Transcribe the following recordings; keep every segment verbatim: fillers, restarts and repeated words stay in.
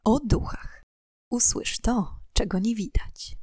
O duchach. Usłysz to, czego nie widać.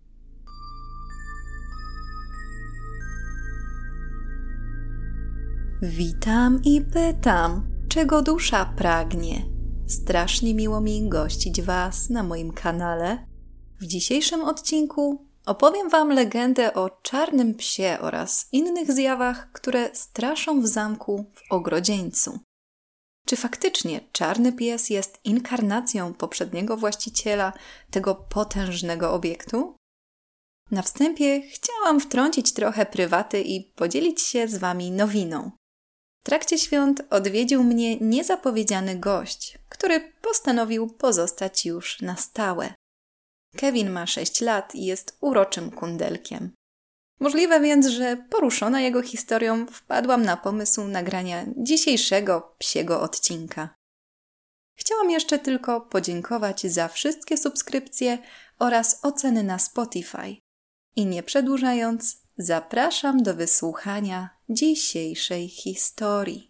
Witam i pytam, czego dusza pragnie. Strasznie miło mi gościć Was na moim kanale. W dzisiejszym odcinku opowiem Wam legendę o czarnym psie oraz innych zjawach, które straszą w zamku w Ogrodzieńcu. Czy faktycznie czarny pies jest inkarnacją poprzedniego właściciela tego potężnego obiektu? Na wstępie chciałam wtrącić trochę prywaty i podzielić się z Wami nowiną. W trakcie świąt odwiedził mnie niezapowiedziany gość, który postanowił pozostać już na stałe. Kevin ma sześć lat i jest uroczym kundelkiem. Możliwe więc, że poruszona jego historią wpadłam na pomysł nagrania dzisiejszego psiego odcinka. Chciałam jeszcze tylko podziękować za wszystkie subskrypcje oraz oceny na Spotify. I nie przedłużając, zapraszam do wysłuchania dzisiejszej historii.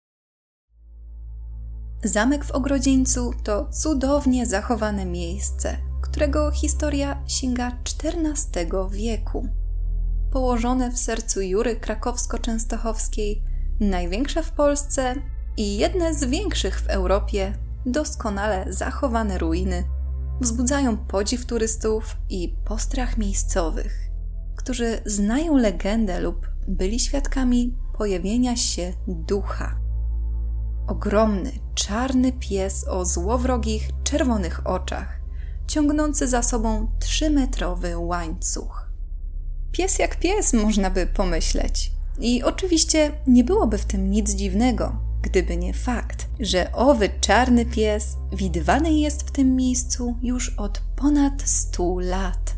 Zamek w Ogrodzieńcu to cudownie zachowane miejsce, którego historia sięga czternastego wieku. Położone w sercu Jury krakowsko-częstochowskiej, największe w Polsce i jedne z większych w Europie, doskonale zachowane ruiny wzbudzają podziw turystów i postrach miejscowych, którzy znają legendę lub byli świadkami pojawienia się ducha. Ogromny, czarny pies o złowrogich, czerwonych oczach, ciągnący za sobą trzymetrowy łańcuch. Pies jak pies, można by pomyśleć. I oczywiście nie byłoby w tym nic dziwnego, gdyby nie fakt, że owy czarny pies widywany jest w tym miejscu już od ponad stu lat.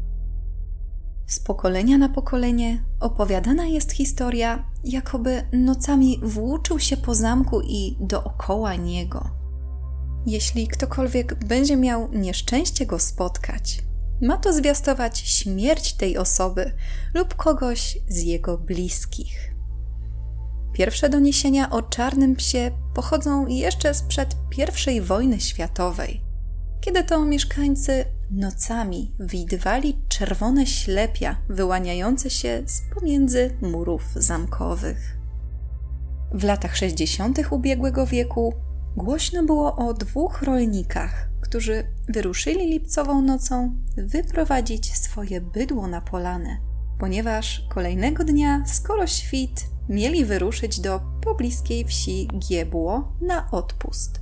Z pokolenia na pokolenie opowiadana jest historia, jakoby nocami włóczył się po zamku i dookoła niego. Jeśli ktokolwiek będzie miał nieszczęście go spotkać, ma to zwiastować śmierć tej osoby lub kogoś z jego bliskich. Pierwsze doniesienia o czarnym psie pochodzą jeszcze sprzed pierwszej wojny światowej, kiedy to mieszkańcy nocami widywali czerwone ślepia wyłaniające się z pomiędzy murów zamkowych. W latach sześćdziesiątych ubiegłego wieku głośno było o dwóch rolnikach, którzy wyruszyli lipcową nocą wyprowadzić swoje bydło na polanę, ponieważ kolejnego dnia, skoro świt, mieli wyruszyć do pobliskiej wsi Giebło na odpust.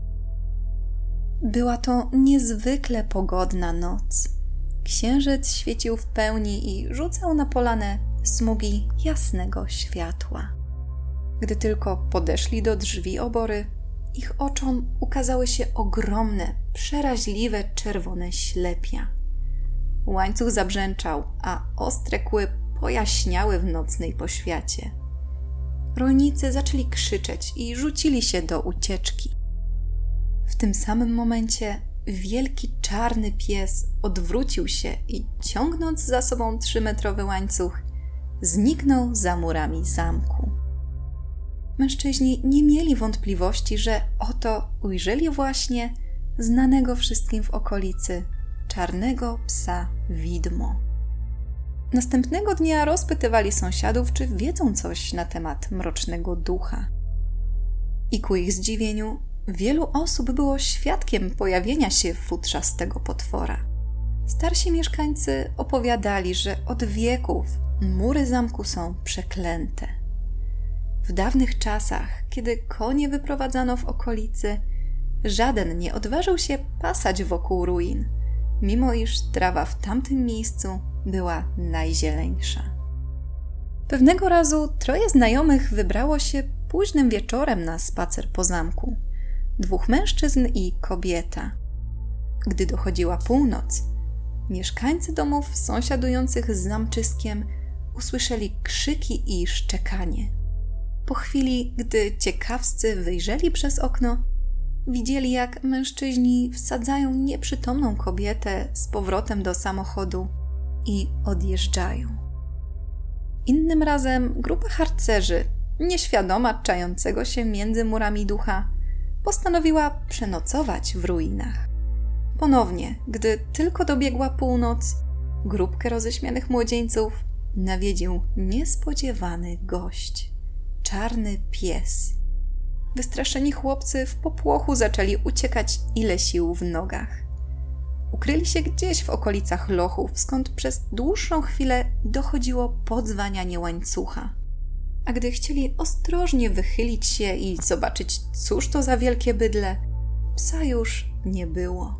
Była to niezwykle pogodna noc. Księżyc świecił w pełni i rzucał na polanę smugi jasnego światła. Gdy tylko podeszli do drzwi obory, ich oczom ukazały się ogromne, przeraźliwe czerwone ślepia. Łańcuch zabrzęczał, a ostre kły pojaśniały w nocnej poświacie. Rolnicy zaczęli krzyczeć i rzucili się do ucieczki. W tym samym momencie wielki czarny pies odwrócił się i ciągnąc za sobą trzymetrowy łańcuch, zniknął za murami zamku. Mężczyźni nie mieli wątpliwości, że oto ujrzeli właśnie znanego wszystkim w okolicy czarnego psa widmo. Następnego dnia rozpytywali sąsiadów, czy wiedzą coś na temat mrocznego ducha. I ku ich zdziwieniu wielu osób było świadkiem pojawienia się futrzastego potwora. Starsi mieszkańcy opowiadali, że od wieków mury zamku są przeklęte. W dawnych czasach, kiedy konie wyprowadzano w okolicy, żaden nie odważył się pasać wokół ruin, mimo iż trawa w tamtym miejscu była najzieleńsza. Pewnego razu troje znajomych wybrało się późnym wieczorem na spacer po zamku. Dwóch mężczyzn i kobieta. Gdy dochodziła północ, mieszkańcy domów sąsiadujących z zamczyskiem usłyszeli krzyki i szczekanie. Po chwili, gdy ciekawscy wyjrzeli przez okno, widzieli, jak mężczyźni wsadzają nieprzytomną kobietę z powrotem do samochodu i odjeżdżają. Innym razem grupa harcerzy, nieświadoma czającego się między murami ducha, postanowiła przenocować w ruinach. Ponownie, gdy tylko dobiegła północ, grupkę roześmianych młodzieńców nawiedził niespodziewany gość. Czarny pies. Wystraszeni chłopcy w popłochu zaczęli uciekać ile sił w nogach. Ukryli się gdzieś w okolicach lochów, skąd przez dłuższą chwilę dochodziło podzwanianie łańcucha. A gdy chcieli ostrożnie wychylić się i zobaczyć, cóż to za wielkie bydlę, psa już nie było.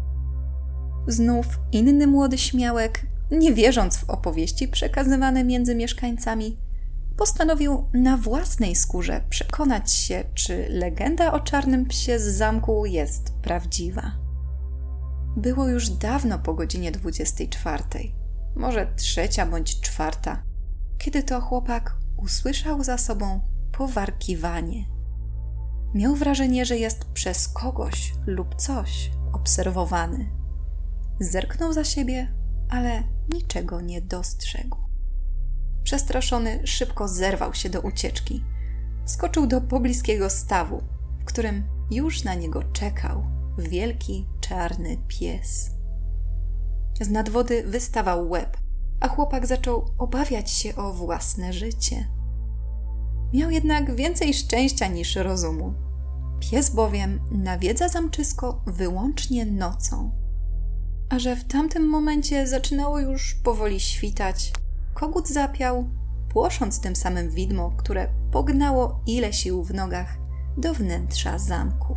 Znów inny młody śmiałek, nie wierząc w opowieści przekazywane między mieszkańcami, postanowił na własnej skórze przekonać się, czy legenda o czarnym psie z zamku jest prawdziwa. Było już dawno po godzinie dwudziestej czwartej, może trzecia bądź czwarta, kiedy to chłopak usłyszał za sobą powarkiwanie. Miał wrażenie, że jest przez kogoś lub coś obserwowany. Zerknął za siebie, ale niczego nie dostrzegł. Przestraszony szybko zerwał się do ucieczki. Skoczył do pobliskiego stawu, w którym już na niego czekał wielki czarny pies. Z nad wody wystawał łeb, a chłopak zaczął obawiać się o własne życie. Miał jednak więcej szczęścia niż rozumu. Pies bowiem nawiedza zamczysko wyłącznie nocą. A że w tamtym momencie zaczynało już powoli świtać, kogut zapiał, płosząc tym samym widmo, które pognało ile sił w nogach do wnętrza zamku.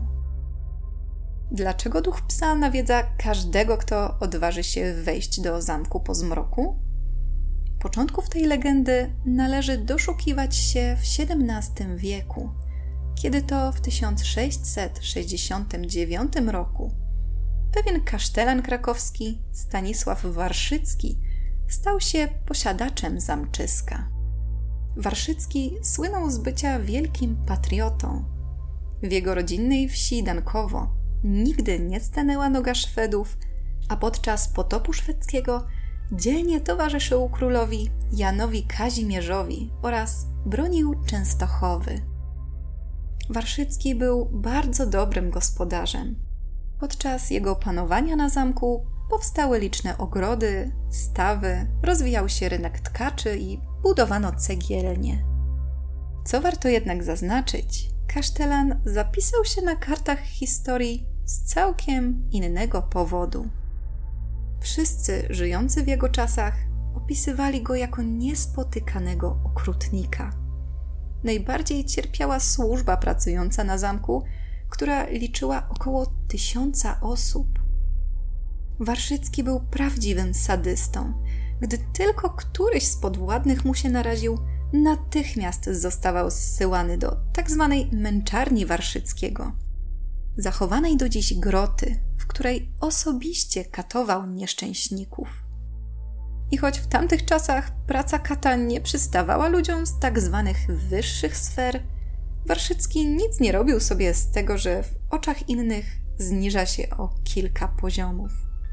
Dlaczego duch psa nawiedza każdego, kto odważy się wejść do zamku po zmroku? Początków tej legendy należy doszukiwać się w siedemnastym wieku, kiedy to w tysiąc sześćset sześćdziesiątym dziewiątym roku pewien kasztelan krakowski Stanisław Warszycki stał się posiadaczem zamczyska. Warszycki słynął z bycia wielkim patriotą. W jego rodzinnej wsi Dankowo nigdy nie stanęła noga Szwedów, a podczas potopu szwedzkiego dzielnie towarzyszył królowi Janowi Kazimierzowi oraz bronił Częstochowy. Warszycki był bardzo dobrym gospodarzem. Podczas jego panowania na zamku powstały liczne ogrody, stawy, rozwijał się rynek tkaczy i budowano cegielnie. Co warto jednak zaznaczyć, kasztelan zapisał się na kartach historii z całkiem innego powodu. Wszyscy żyjący w jego czasach opisywali go jako niespotykanego okrutnika. Najbardziej cierpiała służba pracująca na zamku, która liczyła około tysiąca osób. Warszycki był prawdziwym sadystą. Gdy tylko któryś z podwładnych mu się naraził, natychmiast zostawał zsyłany do tak zwanej męczarni Warszyckiego, zachowanej do dziś groty, w której osobiście katował nieszczęśników. I choć w tamtych czasach praca kata nie przystawała ludziom z tak zwanych wyższych sfer, Warszycki nic nie robił sobie z tego, że w oczach innych zniża się o kilka poziomów.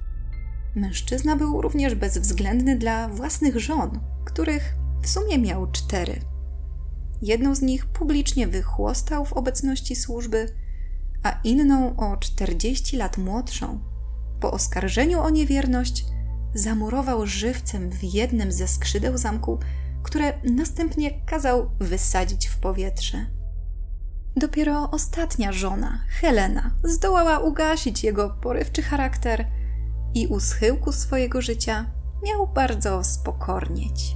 Mężczyzna był również bezwzględny dla własnych żon, których w sumie miał cztery. Jedną z nich publicznie wychłostał w obecności służby, a inną o czterdzieści lat młodszą, po oskarżeniu o niewierność, zamurował żywcem w jednym ze skrzydeł zamku, które następnie kazał wysadzić w powietrze. Dopiero ostatnia żona, Helena, zdołała ugasić jego porywczy charakter i u schyłku swojego życia miał bardzo spokornieć.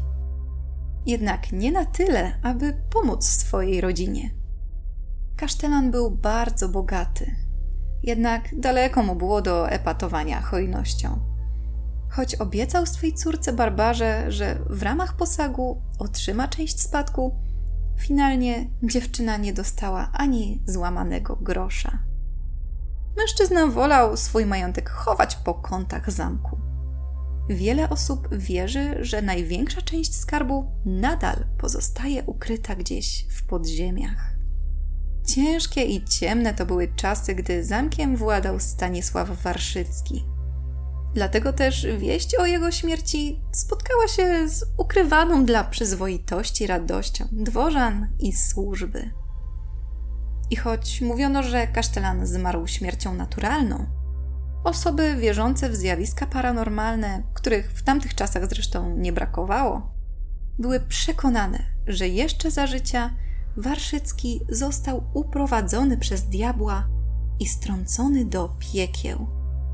Jednak nie na tyle, aby pomóc swojej rodzinie. Kasztelan był bardzo bogaty, jednak daleko mu było do epatowania hojnością. Choć obiecał swej córce Barbarze, że w ramach posagu otrzyma część spadku, finalnie dziewczyna nie dostała ani złamanego grosza. Mężczyzna wolał swój majątek chować po kątach zamku. Wiele osób wierzy, że największa część skarbu nadal pozostaje ukryta gdzieś w podziemiach. Ciężkie i ciemne to były czasy, gdy zamkiem władał Stanisław Warszycki. Dlatego też wieść o jego śmierci spotkała się z ukrywaną dla przyzwoitości radością dworzan i służby. I choć mówiono, że kasztelan zmarł śmiercią naturalną, Osoby wierzące w zjawiska paranormalne, których w tamtych czasach zresztą nie brakowało, były przekonane, że jeszcze za życia Warszycki został uprowadzony przez diabła i strącony do piekieł.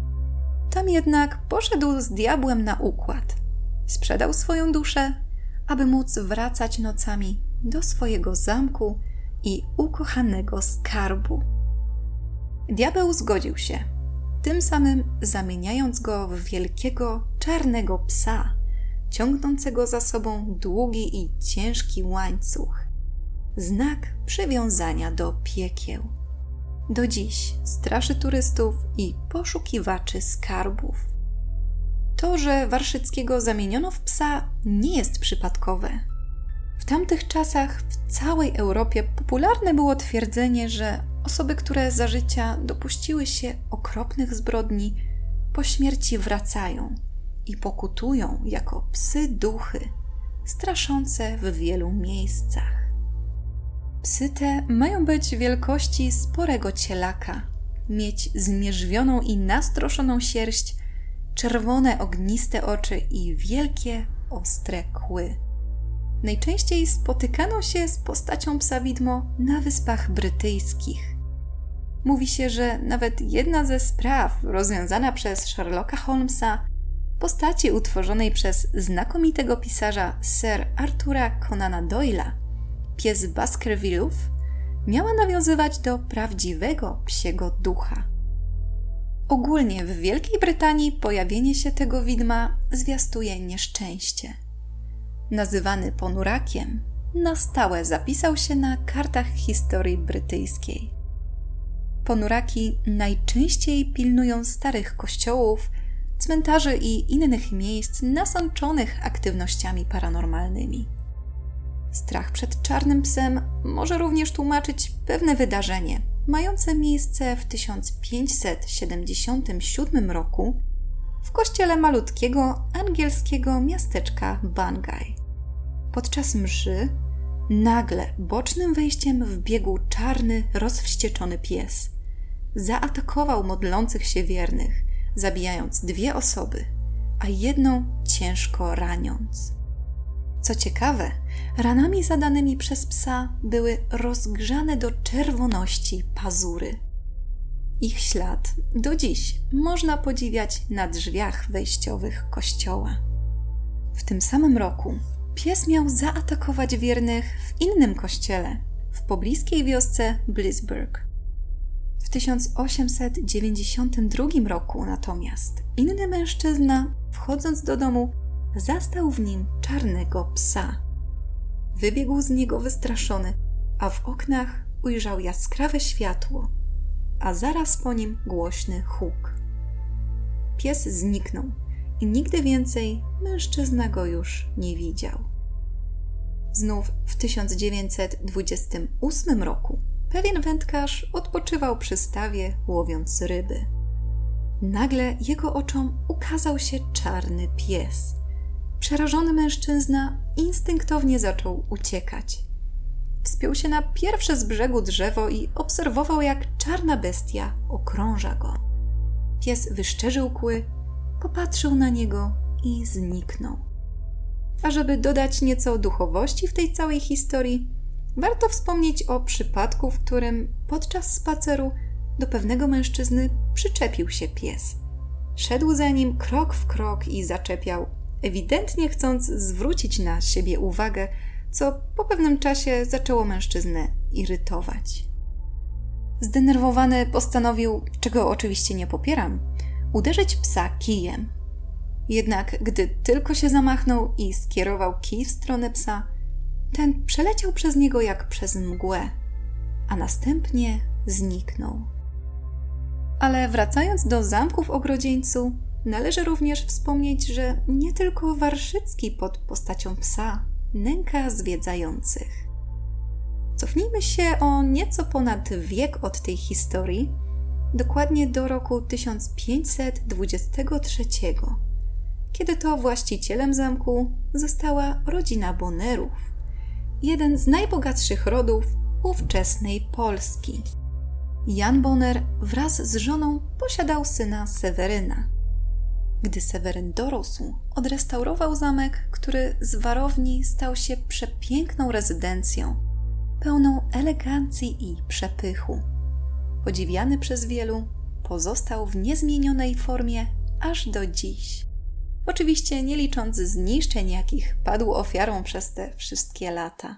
Tam jednak poszedł z diabłem na układ. Sprzedał swoją duszę, aby móc wracać nocami do swojego zamku i ukochanego skarbu. Diabeł zgodził się, tym samym zamieniając go w wielkiego, czarnego psa, ciągnącego za sobą długi i ciężki łańcuch. Znak przywiązania do piekieł. Do dziś straszy turystów i poszukiwaczy skarbów. To, że Warszyckiego zamieniono w psa, nie jest przypadkowe. W tamtych czasach w całej Europie popularne było twierdzenie, że osoby, które za życia dopuściły się okropnych zbrodni, po śmierci wracają i pokutują jako psy duchy, straszące w wielu miejscach. Psy te mają być wielkości sporego cielaka, mieć zmierzwioną i nastroszoną sierść, czerwone ogniste oczy i wielkie, ostre kły. Najczęściej spotykano się z postacią psa widmo na Wyspach Brytyjskich. Mówi się, że nawet jedna ze spraw rozwiązana przez Sherlocka Holmesa, postaci utworzonej przez znakomitego pisarza Sir Artura Conana Doyle'a, pies Baskervillów, miała nawiązywać do prawdziwego psiego ducha. Ogólnie w Wielkiej Brytanii pojawienie się tego widma zwiastuje nieszczęście. Nazywany ponurakiem, na stałe zapisał się na kartach historii brytyjskiej. Ponuraki najczęściej pilnują starych kościołów, cmentarzy i innych miejsc nasączonych aktywnościami paranormalnymi. Strach przed czarnym psem może również tłumaczyć pewne wydarzenie, mające miejsce w tysiąc pięćset siedemdziesiątym siódmym roku w kościele malutkiego angielskiego miasteczka Bangay. Podczas mszy nagle bocznym wejściem wbiegł czarny, rozwścieczony pies. Zaatakował modlących się wiernych, zabijając dwie osoby, a jedną ciężko raniąc. Co ciekawe, ranami zadanymi przez psa były rozgrzane do czerwoności pazury. Ich ślad do dziś można podziwiać na drzwiach wejściowych kościoła. W tym samym roku pies miał zaatakować wiernych w innym kościele, w pobliskiej wiosce Blisburg. W tysiąc osiemset dziewięćdziesiątym drugim roku natomiast inny mężczyzna, wchodząc do domu, zastał w nim czarnego psa. Wybiegł z niego wystraszony, a w oknach ujrzał jaskrawe światło, a zaraz po nim głośny huk. Pies zniknął i nigdy więcej mężczyzna go już nie widział. Znów w tysiąc dziewięćset dwudziestym ósmym roku pewien wędkarz odpoczywał przy stawie, łowiąc ryby. Nagle jego oczom ukazał się czarny pies. Przerażony mężczyzna instynktownie zaczął uciekać. Wspiął się na pierwsze z brzegu drzewo i obserwował, jak czarna bestia okrąża go. Pies wyszczerzył kły, popatrzył na niego i zniknął. A żeby dodać nieco duchowości w tej całej historii, warto wspomnieć o przypadku, w którym podczas spaceru do pewnego mężczyzny przyczepił się pies. Szedł za nim krok w krok i zaczepiał, ewidentnie chcąc zwrócić na siebie uwagę, co po pewnym czasie zaczęło mężczyznę irytować. Zdenerwowany postanowił, czego oczywiście nie popieram, uderzyć psa kijem. Jednak gdy tylko się zamachnął i skierował kij w stronę psa, ten przeleciał przez niego jak przez mgłę, a następnie zniknął. Ale wracając do zamku w Ogrodzieńcu, należy również wspomnieć, że nie tylko Warszycki pod postacią psa nęka zwiedzających. Cofnijmy się o nieco ponad wiek od tej historii, dokładnie do roku tysiąc pięćset dwudziestego trzeciego, kiedy to właścicielem zamku została rodzina Bonnerów, jeden z najbogatszych rodów ówczesnej Polski. Jan Bonner wraz z żoną posiadał syna Seweryna. Gdy Seweryn dorósł, odrestaurował zamek, który z warowni stał się przepiękną rezydencją, pełną elegancji i przepychu. Podziwiany przez wielu, pozostał w niezmienionej formie aż do dziś. Oczywiście nie licząc zniszczeń, jakich padł ofiarą przez te wszystkie lata.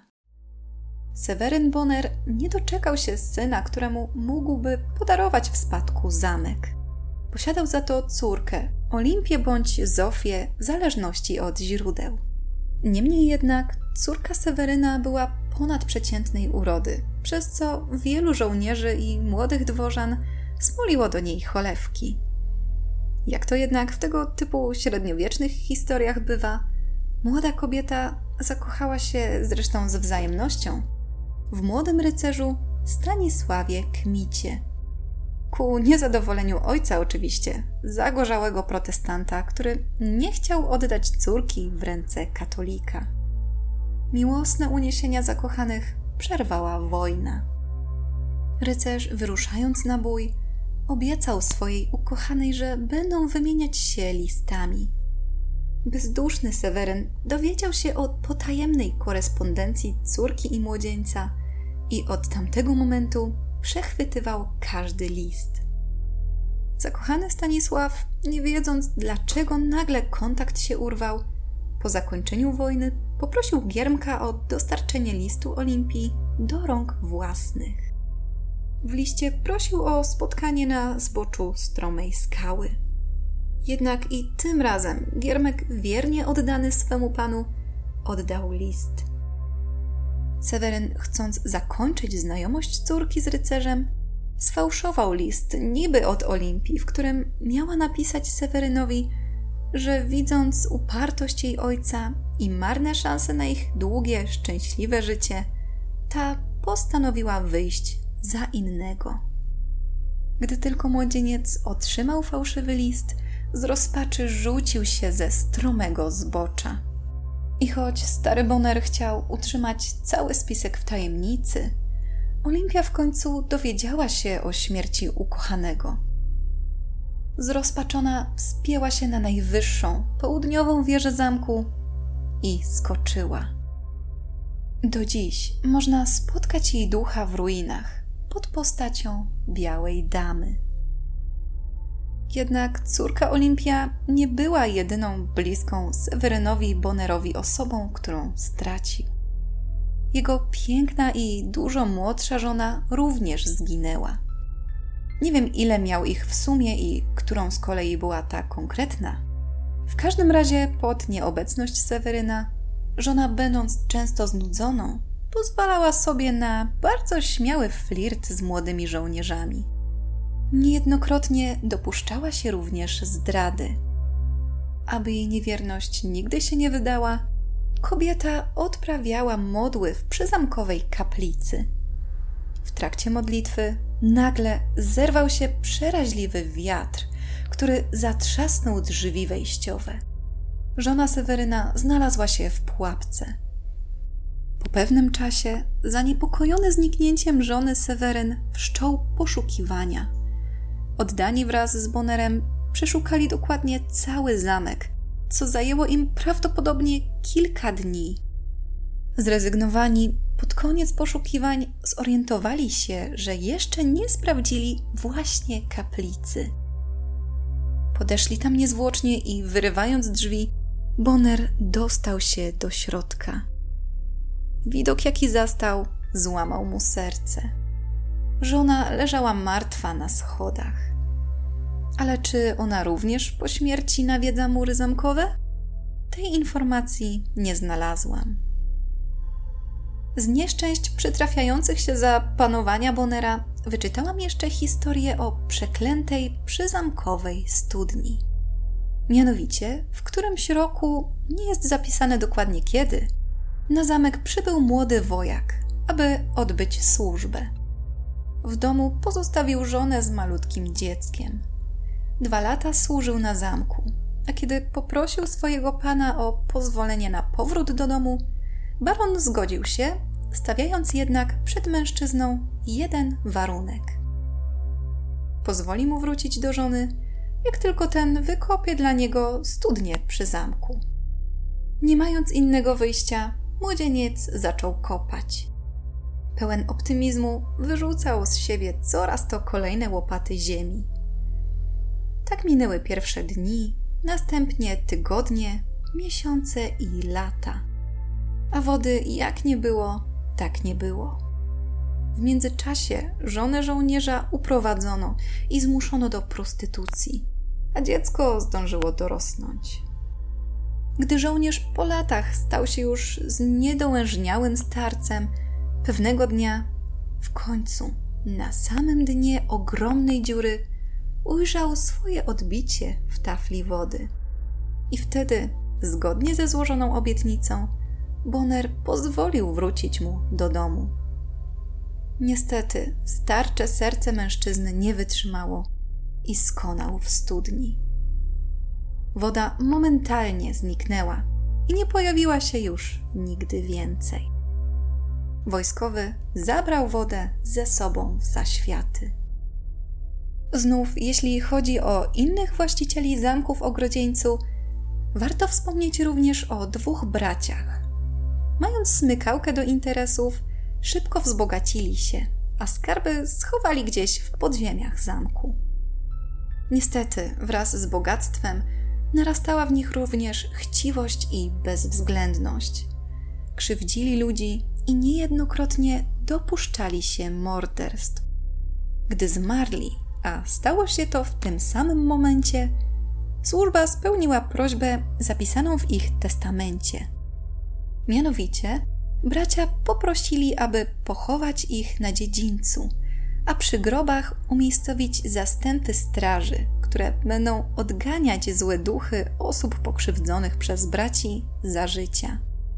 Seweryn Bonner nie doczekał się syna, któremu mógłby podarować w spadku zamek. Posiadał za to córkę, Olimpię bądź Zofię, w zależności od źródeł. Niemniej jednak córka Seweryna była ponadprzeciętnej urody, przez co wielu żołnierzy i młodych dworzan smuliło do niej cholewki. Jak to jednak w tego typu średniowiecznych historiach bywa, młoda kobieta zakochała się, zresztą z wzajemnością, w młodym rycerzu Stanisławie Kmicie. Ku niezadowoleniu ojca oczywiście, zagorzałego protestanta, który nie chciał oddać córki w ręce katolika. Miłosne uniesienia zakochanych przerwała wojna. Rycerz, wyruszając na bój, obiecał swojej ukochanej, że będą wymieniać się listami. Bezduszny Seweryn dowiedział się o potajemnej korespondencji córki i młodzieńca i od tamtego momentu przechwytywał każdy list. Zakochany Stanisław, nie wiedząc dlaczego nagle kontakt się urwał, po zakończeniu wojny poprosił Giermka o dostarczenie listu Olimpii do rąk własnych. W liście prosił o spotkanie na zboczu stromej skały. Jednak i tym razem Giermek, wiernie oddany swemu panu, oddał list. Seweryn, chcąc zakończyć znajomość córki z rycerzem, sfałszował list niby od Olimpii, w którym miała napisać Sewerynowi, że widząc upartość jej ojca i marne szanse na ich długie, szczęśliwe życie, ta postanowiła wyjść za innego. Gdy tylko młodzieniec otrzymał fałszywy list, z rozpaczy rzucił się ze stromego zbocza. I choć stary Bonner chciał utrzymać cały spisek w tajemnicy, Olimpia w końcu dowiedziała się o śmierci ukochanego. Zrozpaczona wspięła się na najwyższą, południową wieżę zamku i skoczyła. Do dziś można spotkać jej ducha w ruinach pod postacią białej damy. Jednak córka Olimpia nie była jedyną bliską Sewerynowi Bonnerowi osobą, którą stracił. Jego piękna i dużo młodsza żona również zginęła. Nie wiem, ile miał ich w sumie i którą z kolei była ta konkretna. W każdym razie pod nieobecność Seweryna, żona, będąc często znudzoną, pozwalała sobie na bardzo śmiały flirt z młodymi żołnierzami. Niejednokrotnie dopuszczała się również zdrady. Aby jej niewierność nigdy się nie wydała, kobieta odprawiała modły w przyzamkowej kaplicy. W trakcie modlitwy nagle zerwał się przeraźliwy wiatr, który zatrzasnął drzwi wejściowe. Żona Seweryna znalazła się w pułapce. Po pewnym czasie, zaniepokojony zniknięciem żony, Seweryn wszczął poszukiwania. Oddani wraz z Bonnerem przeszukali dokładnie cały zamek, co zajęło im prawdopodobnie kilka dni. Zrezygnowani, pod koniec poszukiwań zorientowali się, że jeszcze nie sprawdzili właśnie kaplicy. Podeszli tam niezwłocznie i wyrywając drzwi, Bonner dostał się do środka. Widok, jaki zastał, złamał mu serce. Żona leżała martwa na schodach. Ale czy ona również po śmierci nawiedza mury zamkowe? Tej informacji nie znalazłam. Z nieszczęść przytrafiających się za panowania Bonnera wyczytałam jeszcze historię o przeklętej przyzamkowej studni. Mianowicie, w którymś roku, nie jest zapisane dokładnie kiedy, na zamek przybył młody wojak, aby odbyć służbę. W domu pozostawił żonę z malutkim dzieckiem. Dwa lata służył na zamku, a kiedy poprosił swojego pana o pozwolenie na powrót do domu, baron zgodził się, stawiając jednak przed mężczyzną jeden warunek. pozwoli mu wrócić do żony, jak tylko ten wykopie dla niego studnię przy zamku. Nie mając innego wyjścia, młodzieniec zaczął kopać. Pełen optymizmu wyrzucał z siebie coraz to kolejne łopaty ziemi. Tak minęły pierwsze dni, następnie tygodnie, miesiące i lata. A wody jak nie było, tak nie było. W międzyczasie żonę żołnierza uprowadzono i zmuszono do prostytucji, a dziecko zdążyło dorosnąć. Gdy żołnierz po latach stał się już zniedołężniałym starcem, pewnego dnia, w końcu, na samym dnie ogromnej dziury, ujrzał swoje odbicie w tafli wody. I wtedy, zgodnie ze złożoną obietnicą, Bonner pozwolił wrócić mu do domu. Niestety, starcze serce mężczyzny nie wytrzymało i skonał w studni. Woda momentalnie zniknęła i nie pojawiła się już nigdy więcej. Wojskowy zabrał wodę ze sobą w zaświaty. Znów, jeśli chodzi o innych właścicieli zamku w Ogrodzieńcu, warto wspomnieć również o dwóch braciach. Mając smykałkę do interesów, szybko wzbogacili się, a skarby schowali gdzieś w podziemiach zamku. Niestety, wraz z bogactwem narastała w nich również chciwość i bezwzględność. Krzywdzili ludzi i niejednokrotnie dopuszczali się morderstw. Gdy zmarli, a stało się to w tym samym momencie, służba spełniła prośbę zapisaną w ich testamencie. Mianowicie, bracia poprosili, aby pochować ich na dziedzińcu, a przy grobach umiejscowić zastępy straży, które będą odganiać złe duchy osób pokrzywdzonych przez braci za życia.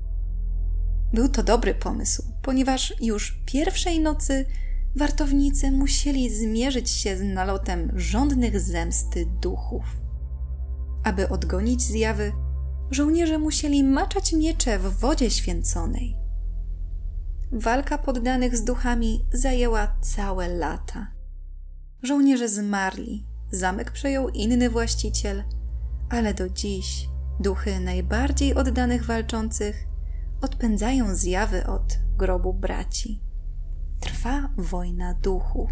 Był to dobry pomysł, ponieważ już pierwszej nocy wartownicy musieli zmierzyć się z nalotem żądnych zemsty duchów. Aby odgonić zjawy, żołnierze musieli maczać miecze w wodzie święconej. Walka poddanych z duchami zajęła całe lata. Żołnierze zmarli, zamek przejął inny właściciel, ale do dziś duchy najbardziej oddanych walczących odpędzają zjawy od grobu braci. Trwa wojna duchów.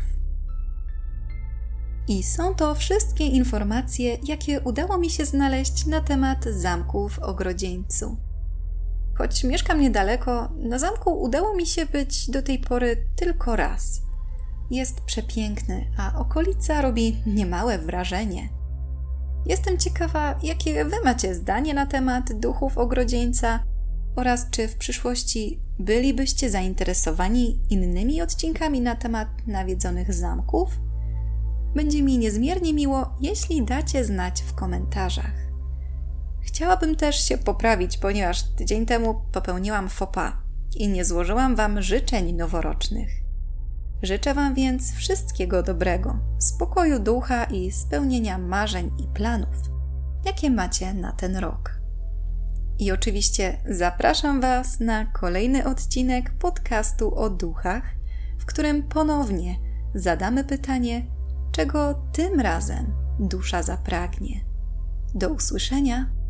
I są to wszystkie informacje, jakie udało mi się znaleźć na temat zamku w Ogrodzieńcu. Choć mieszkam niedaleko, na zamku udało mi się być do tej pory tylko raz. Jest przepiękny, a okolica robi niemałe wrażenie. Jestem ciekawa, jakie wy macie zdanie na temat duchów Ogrodzieńca oraz czy w przyszłości bylibyście zainteresowani innymi odcinkami na temat nawiedzonych zamków? Będzie mi niezmiernie miło, jeśli dacie znać w komentarzach. Chciałabym też się poprawić, ponieważ tydzień temu popełniłam faux pas i nie złożyłam wam życzeń noworocznych. Życzę wam więc wszystkiego dobrego, spokoju ducha i spełnienia marzeń i planów, jakie macie na ten rok. I oczywiście zapraszam was na kolejny odcinek podcastu o duchach, w którym ponownie zadamy pytanie, czego tym razem dusza zapragnie. Do usłyszenia!